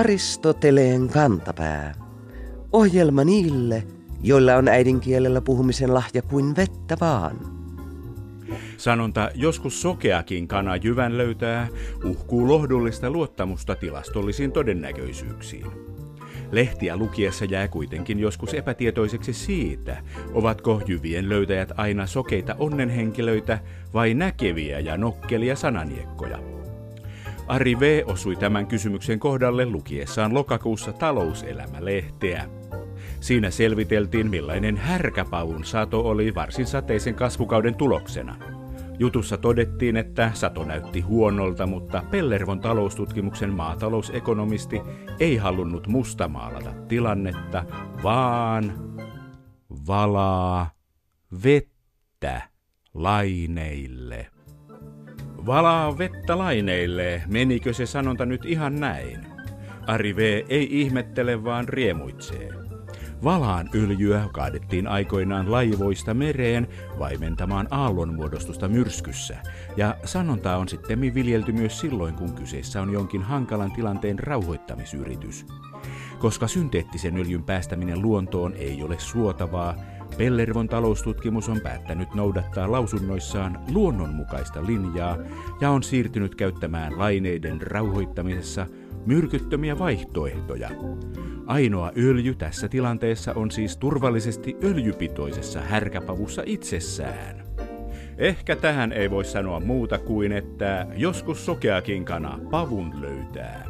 Aristoteleen kantapää. Ohjelma niille, joilla on äidinkielellä puhumisen lahja kuin vettä vaan. Sanonta joskus sokeakin kana jyvän löytää uhkuu lohdullista luottamusta tilastollisiin todennäköisyyksiin. Lehtiä lukiessa jää kuitenkin joskus epätietoiseksi siitä, ovatko jyvien löytäjät aina sokeita onnenhenkilöitä vai näkeviä ja nokkelia sananiekkoja. Ari V. osui tämän kysymyksen kohdalle lukiessaan lokakuussa Talouselämä-lehteä. Siinä selviteltiin, millainen härkäpavun sato oli varsin sateisen kasvukauden tuloksena. Jutussa todettiin, että sato näytti huonolta, mutta Pellervon taloustutkimuksen maatalousekonomisti ei halunnut mustamaalata tilannetta, vaan valaa vettä laineille. Valaa vettä laineille, menikö se sanonta nyt ihan näin? Ari V. ei ihmettele, vaan riemuitsee. Valaan öljyä kaadettiin aikoinaan laivoista mereen vaimentamaan aallonmuodostusta myrskyssä, ja sanontaa on sittemmin viljelty myös silloin, kun kyseessä on jonkin hankalan tilanteen rauhoittamisyritys. Koska synteettisen öljyn päästäminen luontoon ei ole suotavaa, Pellervon taloustutkimus on päättänyt noudattaa lausunnoissaan luonnonmukaista linjaa ja on siirtynyt käyttämään laineiden rauhoittamisessa myrkyttömiä vaihtoehtoja. Ainoa öljy tässä tilanteessa on siis turvallisesti öljypitoisessa härkäpavussa itsessään. Ehkä tähän ei voi sanoa muuta kuin, että joskus sokeakin kana pavun löytää.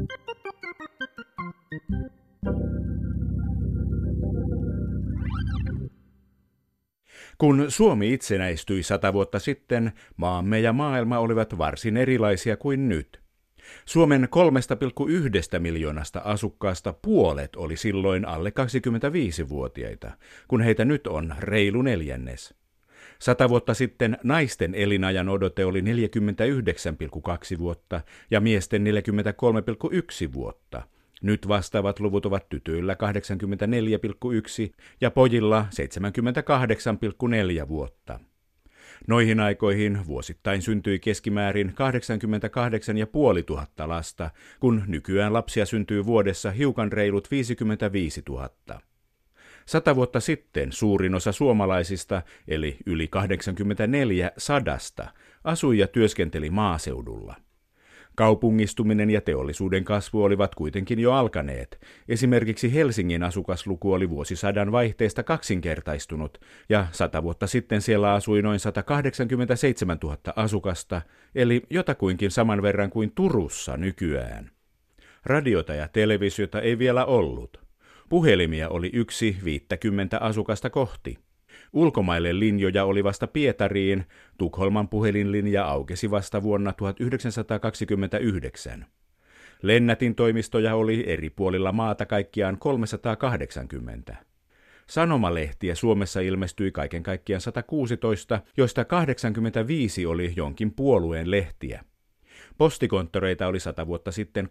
Kun Suomi itsenäistyi 100 vuotta sitten, maamme ja maailma olivat varsin erilaisia kuin nyt. Suomen 3,1 miljoonasta asukkaasta puolet oli silloin alle 25-vuotiaita, kun heitä nyt on reilu neljännes. 100 vuotta sitten naisten elinajan odote oli 49,2 vuotta ja miesten 43,1 vuotta. Nyt vastaavat luvut ovat tytöillä 84,1 ja pojilla 78,4 vuotta. Noihin aikoihin vuosittain syntyi keskimäärin 88 500 lasta, kun nykyään lapsia syntyy vuodessa hiukan reilut 55 000. 100 vuotta sitten suurin osa suomalaisista, eli yli 84 sadasta, asui ja työskenteli maaseudulla. Kaupungistuminen ja teollisuuden kasvu olivat kuitenkin jo alkaneet. Esimerkiksi Helsingin asukasluku oli vuosisadan vaihteesta kaksinkertaistunut, ja 100 vuotta sitten siellä asui noin 187 000 asukasta, eli jotakuinkin saman verran kuin Turussa nykyään. Radiota ja televisiota ei vielä ollut. Puhelimia oli 1/50 asukasta kohti. Ulkomaille linjoja oli vasta Pietariin, Tukholman puhelinlinja aukesi vasta vuonna 1929. Lennätintoimistoja oli eri puolilla maata kaikkiaan 380. Sanomalehtiä Suomessa ilmestyi kaiken kaikkiaan 116, joista 85 oli jonkin puolueen lehtiä. Postikonttoreita oli 100 vuotta sitten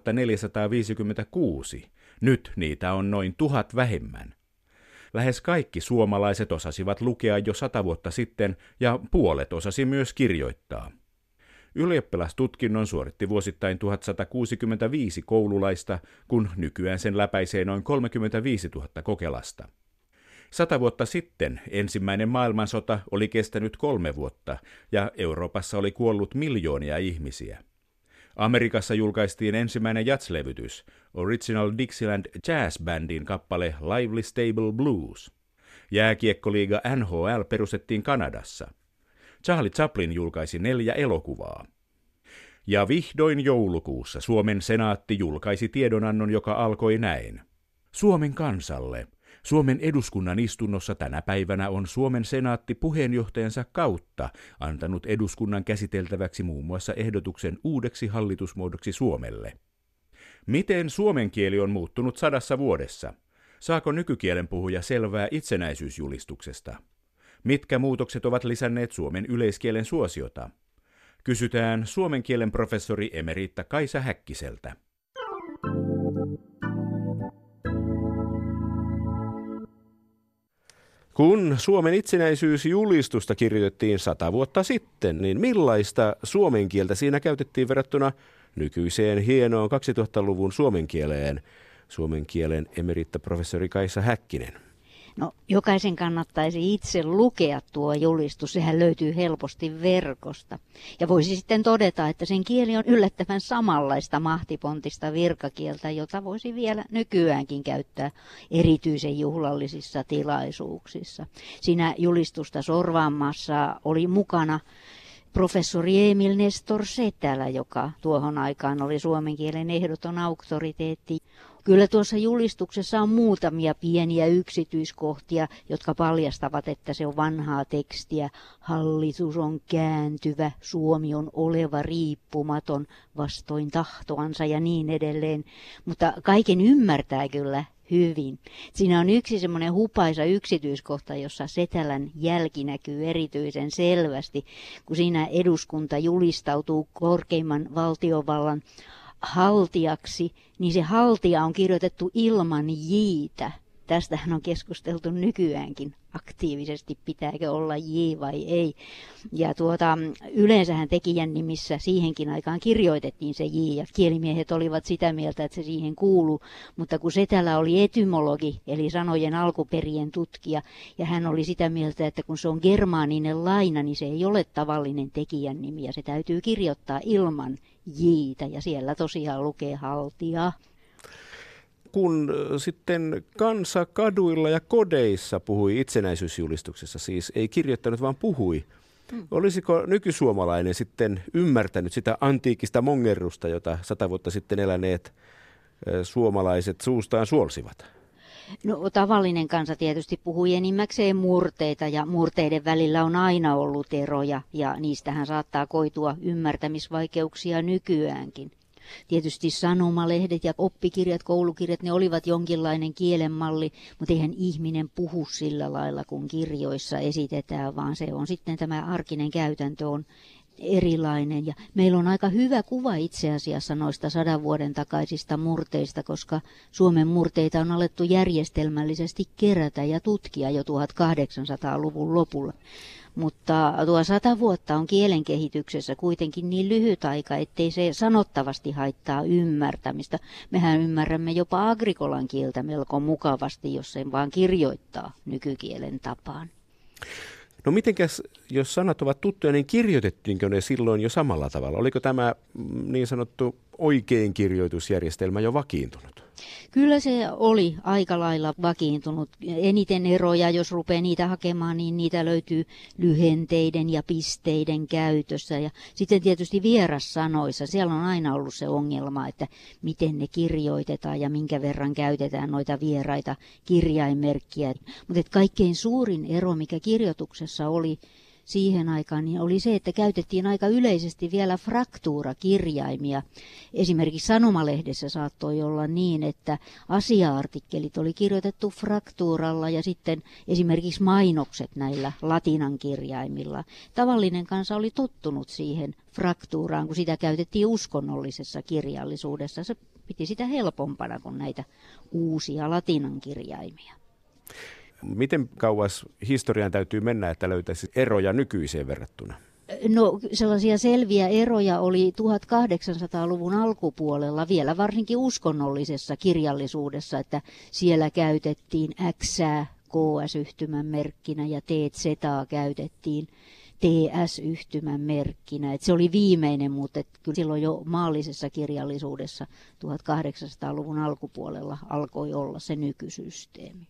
2456, nyt niitä on noin 1000 vähemmän. Lähes kaikki suomalaiset osasivat lukea jo 100 vuotta sitten ja puolet osasi myös kirjoittaa. Ylioppilastutkinnon suoritti vuosittain 1165 koululaista, kun nykyään sen läpäisee noin 35 000 kokelasta. 100 vuotta sitten ensimmäinen maailmansota oli kestänyt 3 vuotta ja Euroopassa oli kuollut miljoonia ihmisiä. Amerikassa julkaistiin ensimmäinen jazzlevytys, Original Dixieland Jazz Bandin kappale Lively Stable Blues. Jääkiekkoliiga NHL perustettiin Kanadassa. Charlie Chaplin julkaisi 4 elokuvaa. Ja vihdoin joulukuussa Suomen senaatti julkaisi tiedonannon, joka alkoi näin. Suomen kansalle. Suomen eduskunnan istunnossa tänä päivänä on Suomen senaatti puheenjohtajansa kautta antanut eduskunnan käsiteltäväksi muun muassa ehdotuksen uudeksi hallitusmuodoksi Suomelle. Miten suomen kieli on muuttunut 100 vuodessa? Saako nykykielen puhuja selvää itsenäisyysjulistuksesta? Mitkä muutokset ovat lisänneet suomen yleiskielen suosiota? Kysytään suomen kielen professori emerita Kaisa Häkkiseltä. Kun Suomen itsenäisyysjulistusta kirjoitettiin 100 vuotta sitten, niin millaista suomen kieltä siinä käytettiin verrattuna nykyiseen hienoon 2000-luvun suomen kieleen suomen kielen emerittaprofessori Kaisa Häkkinen. No, jokaisen kannattaisi itse lukea tuo julistus, sehän löytyy helposti verkosta. Ja voisi sitten todeta, että sen kieli on yllättävän samanlaista mahtipontista virkakieltä, jota voisi vielä nykyäänkin käyttää erityisen juhlallisissa tilaisuuksissa. Siinä julistusta sorvaamassa oli mukana professori Emil Nestor Setälä, joka tuohon aikaan oli suomen kielen ehdoton auktoriteetti. Kyllä tuossa julistuksessa on muutamia pieniä yksityiskohtia, jotka paljastavat, että se on vanhaa tekstiä. Hallitus on kääntyvä, Suomi on oleva riippumaton vastoin tahtoansa ja niin edelleen. Mutta kaiken ymmärtää kyllä hyvin. Siinä on yksi semmoinen hupaisa yksityiskohta, jossa Setälän jälki näkyy erityisen selvästi, kun siinä eduskunta julistautuu korkeimman valtiovallan haltijaksi, niin se haltija on kirjoitettu ilman jiitä. Tästähän on keskusteltu nykyäänkin aktiivisesti, pitääkö olla j vai ei. Ja yleensähän tekijän nimissä siihenkin aikaan kirjoitettiin se j, ja kielimiehet olivat sitä mieltä, että se siihen kuuluu. Mutta kun Setälä oli etymologi, eli sanojen alkuperien tutkija, ja hän oli sitä mieltä, että kun se on germaaninen laina, niin se ei ole tavallinen tekijän nimi, ja se täytyy kirjoittaa ilman jiitä, ja siellä tosiaan lukee haltija. Kun sitten kansa kaduilla ja kodeissa puhui itsenäisyysjulistuksessa, siis ei kirjoittanut, vaan puhui. Olisiko nykysuomalainen sitten ymmärtänyt sitä antiikista mongerrusta, jota 100 vuotta sitten eläneet suomalaiset suustaan suolsivat? No, tavallinen kansa tietysti puhui enimmäkseen murteita, ja murteiden välillä on aina ollut eroja, ja niistähän saattaa koitua ymmärtämisvaikeuksia nykyäänkin. Tietysti sanomalehdet ja oppikirjat, koulukirjat, ne olivat jonkinlainen kielenmalli, mutta eihän ihminen puhu sillä lailla, kun kirjoissa esitetään, vaan se on sitten tämä arkinen käytäntö on erilainen. Ja meillä on aika hyvä kuva itse asiassa noista 100 vuoden takaisista murteista, koska Suomen murteita on alettu järjestelmällisesti kerätä ja tutkia jo 1800-luvun lopulla. Mutta tuo 100 vuotta on kielen kehityksessä kuitenkin niin lyhyt aika, ettei se sanottavasti haittaa ymmärtämistä. Mehän ymmärrämme jopa agrikolan kieltä melko mukavasti, jos sen vaan kirjoittaa nykykielen tapaan. No mitenkäs, jos sanat ovat tuttuja, niin kirjoitettiinkö ne silloin jo samalla tavalla? Oliko tämä niin sanottu oikein kirjoitusjärjestelmä jo vakiintunut? Kyllä se oli aika lailla vakiintunut. Eniten eroja, jos rupeaa niitä hakemaan, niin niitä löytyy lyhenteiden ja pisteiden käytössä. Ja sitten tietysti vierassanoissa, siellä on aina ollut se ongelma, että miten ne kirjoitetaan ja minkä verran käytetään noita vieraita kirjainmerkkiä. Mutta kaikkein suurin ero, mikä kirjoituksessa oli siihen aikaan, niin oli se, että käytettiin aika yleisesti vielä fraktuurakirjaimia. Esimerkiksi sanomalehdessä saattoi olla niin, että asia-artikkelit oli kirjoitettu fraktuuralla ja sitten esimerkiksi mainokset näillä latinan kirjaimilla. Tavallinen kansa oli tottunut siihen fraktuuraan, kun sitä käytettiin uskonnollisessa kirjallisuudessa. Se piti sitä helpompana kuin näitä uusia latinan kirjaimia. Miten kauas historiaan täytyy mennä, että löytäisi eroja nykyiseen verrattuna? No, sellaisia selviä eroja oli 1800-luvun alkupuolella, vielä varsinkin uskonnollisessa kirjallisuudessa, että siellä käytettiin X:ää KS-yhtymän merkkinä ja TZ:ää käytettiin TS-yhtymän merkkinä. Et se oli viimeinen, mutta kyllä silloin jo maallisessa kirjallisuudessa 1800-luvun alkupuolella alkoi olla se nykysysteemi.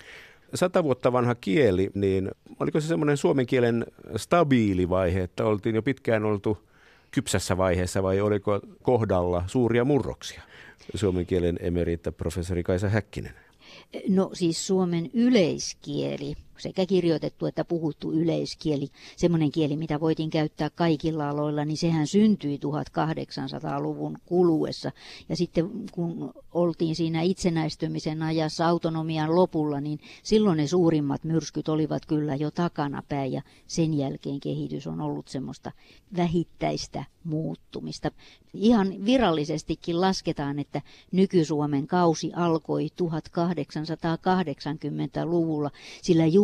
100 vuotta vanha kieli, niin oliko se semmoinen suomen kielen stabiili vaihe, että oltiin jo pitkään oltu kypsässä vaiheessa vai oliko kohdalla suuria murroksia? Suomen kielen emerittaprofessori Kaisa Häkkinen. No siis suomen yleiskieli, sekä kirjoitettu että puhuttu yleiskieli, semmoinen kieli, mitä voitiin käyttää kaikilla aloilla, niin sehän syntyi 1800-luvun kuluessa. Ja sitten kun oltiin siinä itsenäistymisen ajassa autonomian lopulla, niin silloin ne suurimmat myrskyt olivat kyllä jo takanapäin ja sen jälkeen kehitys on ollut semmoista vähittäistä muuttumista. Ihan virallisestikin lasketaan, että nyky-Suomen kausi alkoi 1880-luvulla, sillä juuri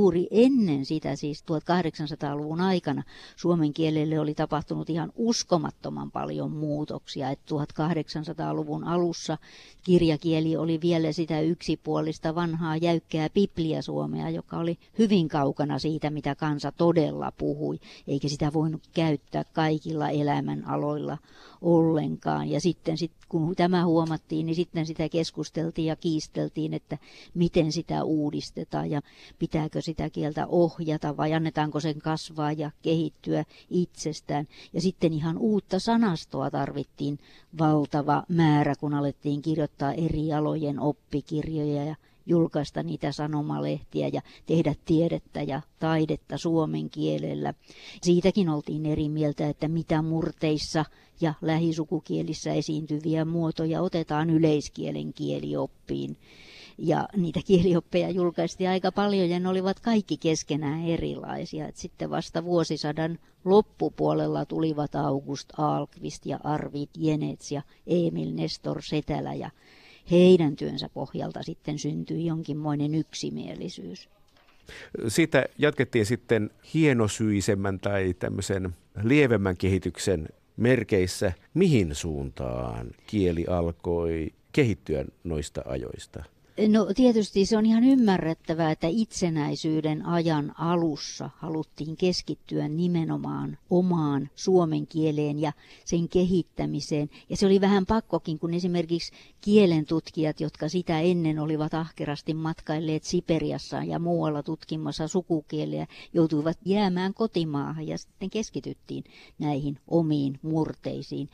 juuri ennen sitä, siis 1800-luvun aikana, suomen kielelle oli tapahtunut ihan uskomattoman paljon muutoksia. Että 1800-luvun alussa kirjakieli oli vielä sitä yksipuolista vanhaa jäykkää pipliasuomea, joka oli hyvin kaukana siitä, mitä kansa todella puhui, eikä sitä voinut käyttää kaikilla elämänaloilla ollenkaan. Ja sitten kun tämä huomattiin, niin sitten sitä keskusteltiin ja kiisteltiin, että miten sitä uudistetaan ja pitääkö sitä kieltä ohjata vai annetaanko sen kasvaa ja kehittyä itsestään. Ja sitten ihan uutta sanastoa tarvittiin valtava määrä, kun alettiin kirjoittaa eri alojen oppikirjoja ja julkaista niitä sanomalehtiä ja tehdä tiedettä ja taidetta suomen kielellä. Siitäkin oltiin eri mieltä, että mitä murteissa ja lähisukukielissä esiintyviä muotoja otetaan yleiskielen kielioppiin. Ja niitä kielioppeja julkaistiin aika paljon ja ne olivat kaikki keskenään erilaisia. Et sitten vasta vuosisadan loppupuolella tulivat August Ahlqvist ja Arvid Genets ja Emil Nestor Setälä ja heidän työnsä pohjalta sitten syntyi jonkinmoinen yksimielisyys. Siitä jatkettiin sitten hienosyisemmän tai tämmöisen lievemmän kehityksen merkeissä. Mihin suuntaan kieli alkoi kehittyä noista ajoista? No tietysti se on ihan ymmärrettävää, että itsenäisyyden ajan alussa haluttiin keskittyä nimenomaan omaan suomen kieleen ja sen kehittämiseen. Ja se oli vähän pakkokin, kun esimerkiksi kielentutkijat, jotka sitä ennen olivat ahkerasti matkailleet Siperiassa ja muualla tutkimassa sukukieliä, joutuivat jäämään kotimaahan ja sitten keskityttiin näihin omiin murteisiin.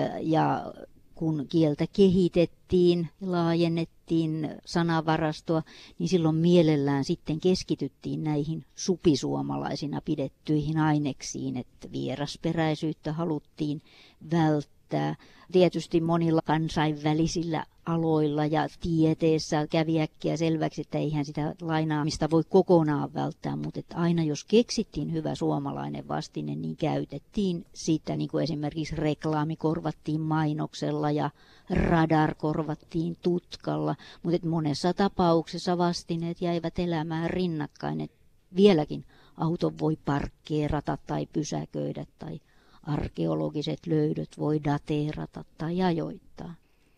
Ja kun kieltä kehitettiin, laajennettiin sanavarastoa, niin silloin mielellään sitten keskityttiin näihin supisuomalaisina pidettyihin aineksiin, että vierasperäisyyttä haluttiin välttää. Tietysti monilla kansainvälisillä aloilla ja tieteessä kävi äkkiä selväksi, että eihän sitä lainaamista voi kokonaan välttää, mutta että aina jos keksittiin hyvä suomalainen vastine, niin käytettiin sitä, niin kuin esimerkiksi reklaami korvattiin mainoksella ja radar korvattiin tutkalla, mutta että monessa tapauksessa vastineet jäivät elämään rinnakkain, että vieläkin auton voi parkkeerata tai pysäköidä tai arkeologiset löydöt voi dateerata tai ajoittaa.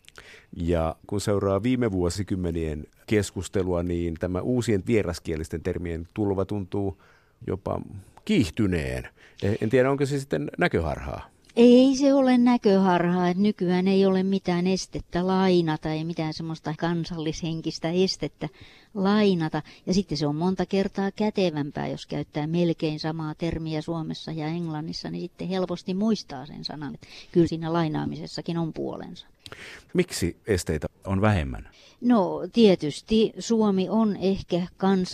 Ja kun seuraa viime vuosikymmenien keskustelua, niin tämä uusien vieraskielisten termien tulva tuntuu jopa kiihtyneen. En tiedä, onko se sitten näköharhaa? Ei se ole näköharhaa, että nykyään ei ole mitään estettä lainata, ei mitään semmoista kansallishenkistä estettä lainata. Ja sitten se on monta kertaa kätevämpää, jos käyttää melkein samaa termiä Suomessa ja Englannissa, niin sitten helposti muistaa sen sanan. Että kyllä siinä lainaamisessakin on puolensa. Miksi esteitä on vähemmän? No tietysti Suomi on ehkä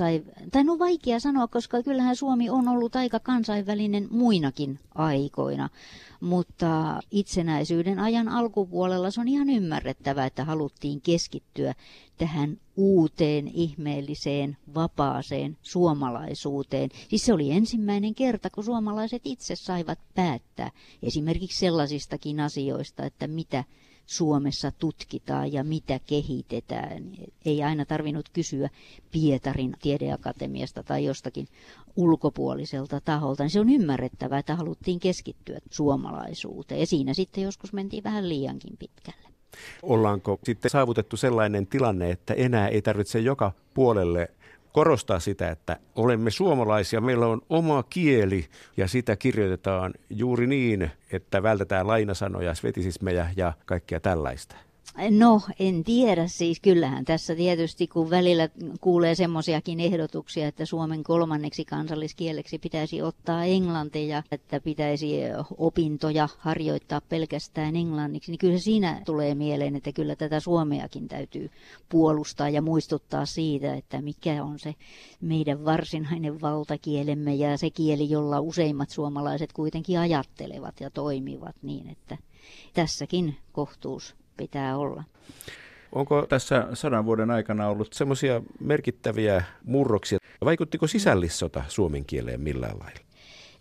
vaikea sanoa, koska kyllähän Suomi on ollut aika kansainvälinen muinakin aikoina. Mutta itsenäisyyden ajan alkupuolella se on ihan ymmärrettävää, että haluttiin keskittyä tähän uuteen, ihmeelliseen, vapaaseen suomalaisuuteen. Siis se oli ensimmäinen kerta, kun suomalaiset itse saivat päättää esimerkiksi sellaisistakin asioista, että mitä Suomessa tutkitaan ja mitä kehitetään. Ei aina tarvinnut kysyä Pietarin tiedeakatemiasta tai jostakin ulkopuoliselta taholta. Se on ymmärrettävää, että haluttiin keskittyä suomalaisuuteen. Ja siinä sitten joskus mentiin vähän liiankin pitkälle. Ollaanko sitten saavutettu sellainen tilanne, että enää ei tarvitse joka puolelle korostaa sitä, että olemme suomalaisia, meillä on oma kieli ja sitä kirjoitetaan juuri niin, että vältetään lainasanoja, svetisismejä ja kaikkea tällaista? No, en tiedä. Siis kyllähän tässä tietysti, kun välillä kuulee semmoisiakin ehdotuksia, että Suomen kolmanneksi kansalliskieleksi pitäisi ottaa englanti ja että pitäisi opintoja harjoittaa pelkästään englanniksi, niin kyllä siinä tulee mieleen, että kyllä tätä suomeakin täytyy puolustaa ja muistuttaa siitä, että mikä on se meidän varsinainen valtakielemme ja se kieli, jolla useimmat suomalaiset kuitenkin ajattelevat ja toimivat niin, että tässäkin kohtuus pitää olla. Onko tässä 100 vuoden aikana ollut semmoisia merkittäviä murroksia? Vaikuttiko sisällissota suomen kieleen millään lailla?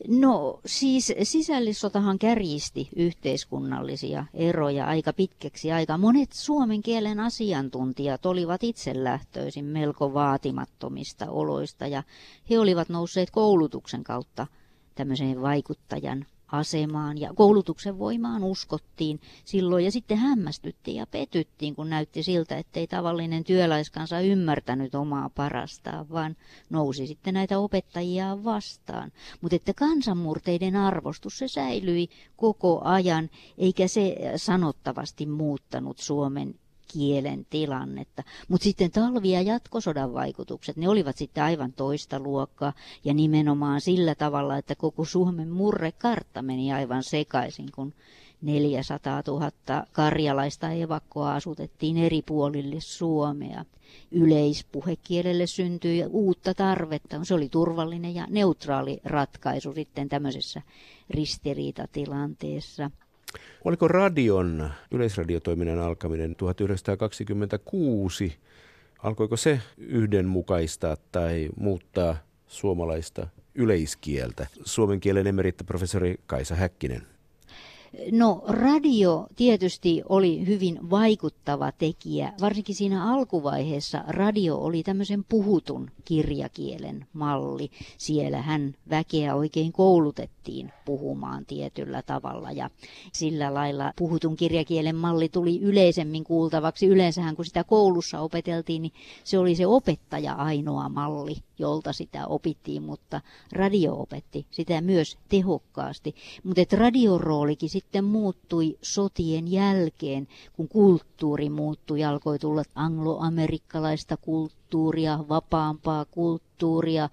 No siis sisällissotahan kärjisti yhteiskunnallisia eroja aika pitkäksi aikaa. Monet suomen kielen asiantuntijat olivat itse lähtöisin melko vaatimattomista oloista ja he olivat nousseet koulutuksen kautta tämmöiseen vaikuttajan asemaan ja koulutuksen voimaan uskottiin silloin ja sitten hämmästyttiin ja petyttiin, kun näytti siltä, ettei tavallinen työläiskansa ymmärtänyt omaa parastaan, vaan nousi sitten näitä opettajia vastaan. Mutta että kansanmurteiden arvostus se säilyi koko ajan, eikä se sanottavasti muuttanut Suomen kielen tilannetta. Mutta sitten talvi- ja jatkosodan vaikutukset, ne olivat sitten aivan toista luokkaa ja nimenomaan sillä tavalla, että koko Suomen murrekartta meni aivan sekaisin, kun 400 000 karjalaista evakkoa asutettiin eri puolille Suomea. Yleispuhekielelle syntyi uutta tarvetta. Se oli turvallinen ja neutraali ratkaisu sitten tämmöisessä ristiriitatilanteessa. Oliko yleisradiotoiminnan alkaminen 1926? Alkoiko se yhdenmukaistaa tai muuttaa suomalaista yleiskieltä? Suomen kielen emerittaprofessori Kaisa Häkkinen. No radio tietysti oli hyvin vaikuttava tekijä. Varsinkin siinä alkuvaiheessa radio oli tämmöisen puhutun kirjakielen malli. Siellähän väkeä oikein koulutettiin puhumaan tietyllä tavalla ja sillä lailla puhutun kirjakielen malli tuli yleisemmin kuultavaksi. Yleensähän kun sitä koulussa opeteltiin, niin se oli se opettaja ainoa malli, jolta sitä opittiin, mutta radio opetti sitä myös tehokkaasti. Mutta radion roolikin sitten muuttui sotien jälkeen, kun kulttuuri muuttui, alkoi tulla angloamerikkalaista kulttuuria, vapaampaa kulttuuria,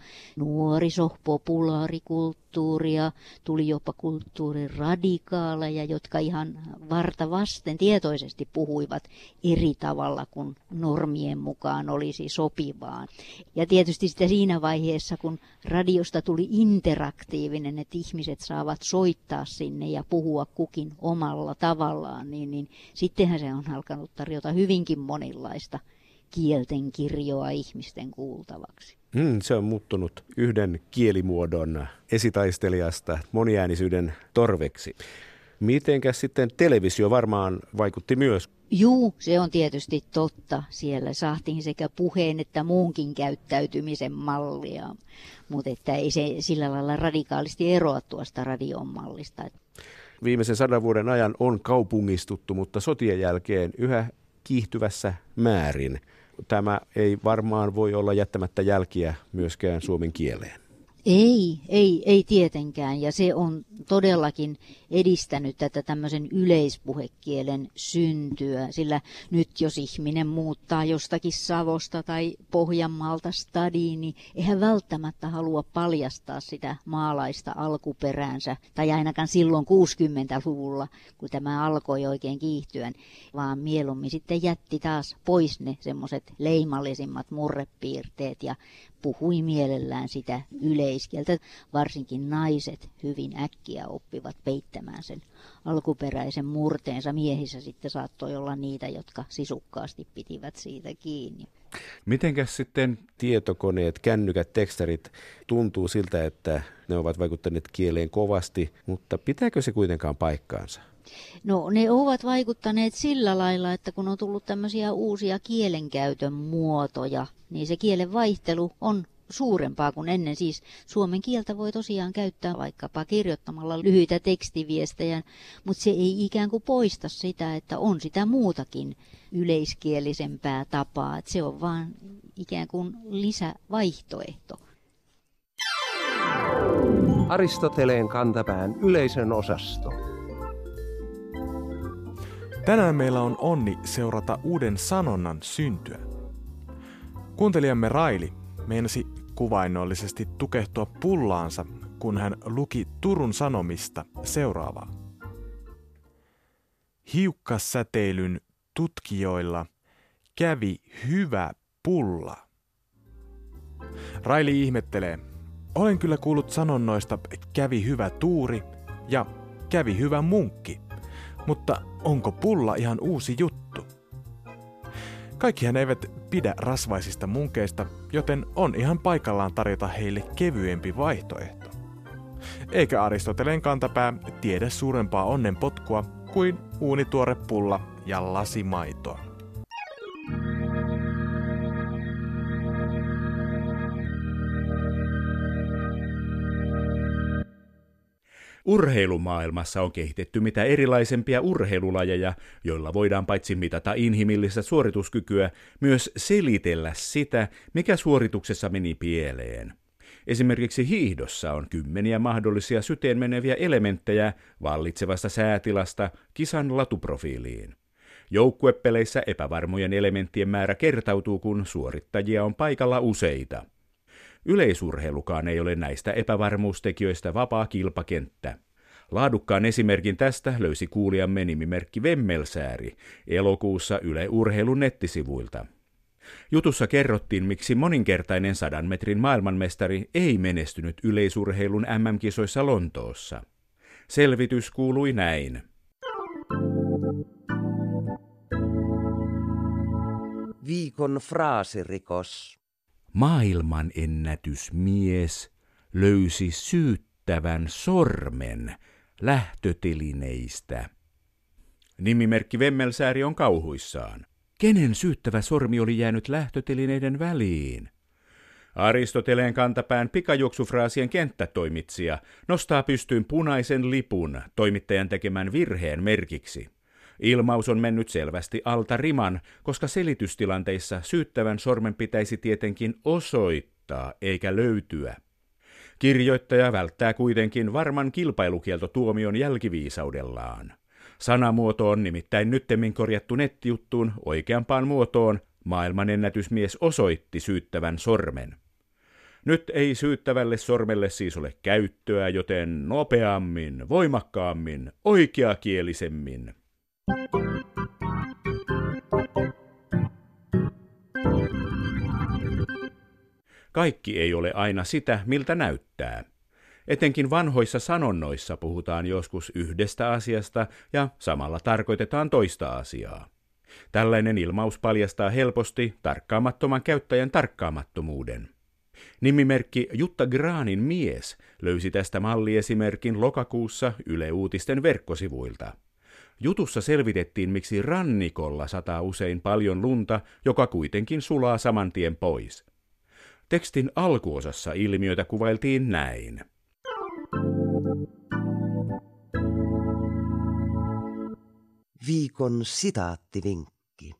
nuorisopopulaarikulttuuria, tuli jopa kulttuuriradikaaleja, jotka ihan varta vasten tietoisesti puhuivat eri tavalla kuin normien mukaan olisi sopivaa. Ja tietysti sitä siinä vaiheessa, kun radiosta tuli interaktiivinen, että ihmiset saavat soittaa sinne ja puhua kukin omalla tavallaan, niin sittenhän se on alkanut tarjota hyvinkin monilaista kielten kirjoa ihmisten kuultavaksi. Se on muuttunut yhden kielimuodon esitaistelijasta moniäänisyyden torveksi. Mitenkäs sitten televisio varmaan vaikutti myös? Juu, se on tietysti totta. Siellä saatiin sekä puheen että muunkin käyttäytymisen mallia, mutta että ei se sillä lailla radikaalisti eroa tuosta radion mallista. Viimeisen 100 vuoden ajan on kaupungistuttu, mutta sotien jälkeen yhä kiihtyvässä määrin. Tämä ei varmaan voi olla jättämättä jälkiä myöskään suomen kieleen. Ei tietenkään, ja se on todellakin edistänyt tätä tämmöisen yleispuhekielen syntyä, sillä nyt jos ihminen muuttaa jostakin Savosta tai Pohjanmaalta stadiin, niin eihän välttämättä halua paljastaa sitä maalaista alkuperäänsä, tai ainakaan silloin 60-luvulla, kun tämä alkoi oikein kiihtyä, vaan mieluummin sitten jätti taas pois ne semmoiset leimallisimmat murrepiirteet ja puhui mielellään sitä yleiskieltä. Varsinkin naiset hyvin äkkiä oppivat peittämään sen alkuperäisen murteensa. Miehissä sitten saattoi olla niitä, jotka sisukkaasti pitivät siitä kiinni. Mitenkäs sitten tietokoneet, kännykät, tekstarit, tuntuu siltä, että ne ovat vaikuttaneet kieleen kovasti, mutta pitääkö se kuitenkaan paikkaansa? No ne ovat vaikuttaneet sillä lailla, että kun on tullut tämmöisiä uusia kielenkäytön muotoja, niin se kielen vaihtelu on suurempaa kuin ennen. Siis suomen kieltä voi tosiaan käyttää vaikkapa kirjoittamalla lyhyitä tekstiviestejä, mutta se ei ikään kuin poista sitä, että on sitä muutakin yleiskielisempää tapaa. Että se on vaan ikään kuin lisävaihtoehto. Aristoteleen kantapään yleisön osasto. Tänään meillä on onni seurata uuden sanonnan syntyä. Kuuntelijamme Raili meinasi kuvainnollisesti tukehtua pullaansa, kun hän luki Turun Sanomista seuraavaa. Hiukkassäteilyn tutkijoilla kävi hyvä pulla. Raili ihmettelee. Olen kyllä kuullut sanonnoista kävi hyvä tuuri ja kävi hyvä munkki. Mutta onko pulla ihan uusi juttu? Kaikkihan eivät pidä rasvaisista munkeista, joten on ihan paikallaan tarjota heille kevyempi vaihtoehto. Eikä Aristoteleen kantapää tiedä suurempaa onnenpotkua kuin uunituore pulla ja lasi maitoa. Urheilumaailmassa on kehitetty mitä erilaisempia urheilulajeja, joilla voidaan paitsi mitata inhimillistä suorituskykyä, myös selitellä sitä, mikä suorituksessa meni pieleen. Esimerkiksi hiihdossa on kymmeniä mahdollisia syteen meneviä elementtejä vallitsevasta säätilasta kisan latuprofiiliin. Joukkuepeleissä epävarmojen elementtien määrä kertautuu, kun suorittajia on paikalla useita. Yleisurheilukaan ei ole näistä epävarmuustekijöistä vapaa kilpakenttä. Laadukkaan esimerkin tästä löysi kuulijamme nimimerkki Vemmelsääri elokuussa Yle Urheilun nettisivuilta. Jutussa kerrottiin, miksi moninkertainen 100 metrin maailmanmestari ei menestynyt yleisurheilun MM-kisoissa Lontoossa. Selvitys kuului näin. Viikon fraasirikos. Maailman ennätysmies löysi syyttävän sormen lähtötelineistä. Nimimerkki Vemmelsääri on kauhuissaan. Kenen syyttävä sormi oli jäänyt lähtötelineiden väliin? Aristoteleen kantapään pikajuoksufraasien kenttätoimitsija nostaa pystyyn punaisen lipun toimittajan tekemän virheen merkiksi. Ilmaus on mennyt selvästi alta riman, koska selitystilanteissa syyttävän sormen pitäisi tietenkin osoittaa eikä löytyä. Kirjoittaja välttää kuitenkin varman kilpailukieltotuomion jälkiviisaudellaan. Sanamuoto on nimittäin nyttemmin korjattu nettijuttuun oikeampaan muotoon maailmanennätysmies osoitti syyttävän sormen. Nyt ei syyttävälle sormelle siis ole käyttöä, joten nopeammin, voimakkaammin, oikeakielisemmin. Kaikki ei ole aina sitä, miltä näyttää. Etenkin vanhoissa sanonnoissa puhutaan joskus yhdestä asiasta ja samalla tarkoitetaan toista asiaa. Tällainen ilmaus paljastaa helposti tarkkaamattoman käyttäjän tarkkaamattomuuden. Nimimerkki Jutta Granin mies löysi tästä malliesimerkin lokakuussa Yle Uutisten verkkosivuilta. Jutussa selvitettiin, miksi rannikolla sataa usein paljon lunta, joka kuitenkin sulaa saman tien pois. Tekstin alkuosassa ilmiötä kuvailtiin näin. Viikon sitaattivinkki.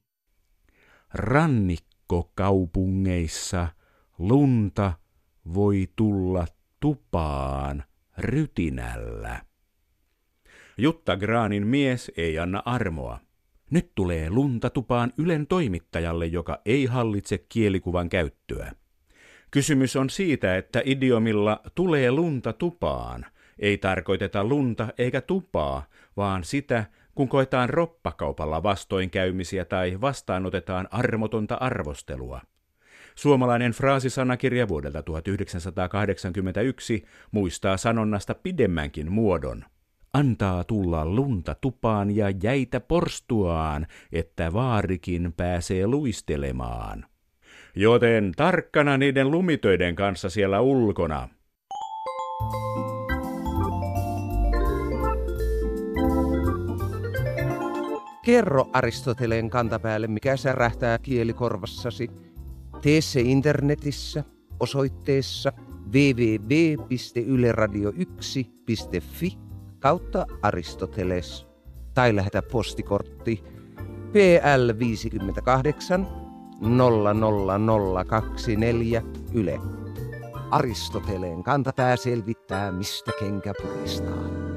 Rannikkokaupungeissa lunta voi tulla tupaan rytinällä. Jutta Granin mies ei anna armoa. Nyt tulee lunta tupaan Ylen toimittajalle, joka ei hallitse kielikuvan käyttöä. Kysymys on siitä, että idiomilla tulee lunta tupaan ei tarkoiteta lunta eikä tupaa, vaan sitä, kun koetaan roppakaupalla vastoinkäymisiä tai vastaanotetaan armotonta arvostelua. Suomalainen fraasisanakirja vuodelta 1981 muistaa sanonnasta pidemmänkin muodon. Antaa tulla lunta tupaan ja jäitä porstuaan, että vaarikin pääsee luistelemaan. Joten tarkkana niiden lumitöiden kanssa siellä ulkona. Kerro Aristoteleen kantapäälle, mikä särähtää kielikorvassasi. Tee se internetissä osoitteessa www.yleradio1.fi/Aristoteles tai lähetä postikortti PL 58 00024 Yle. Aristoteleen kantapää selvittää, mistä kenkä puristaa.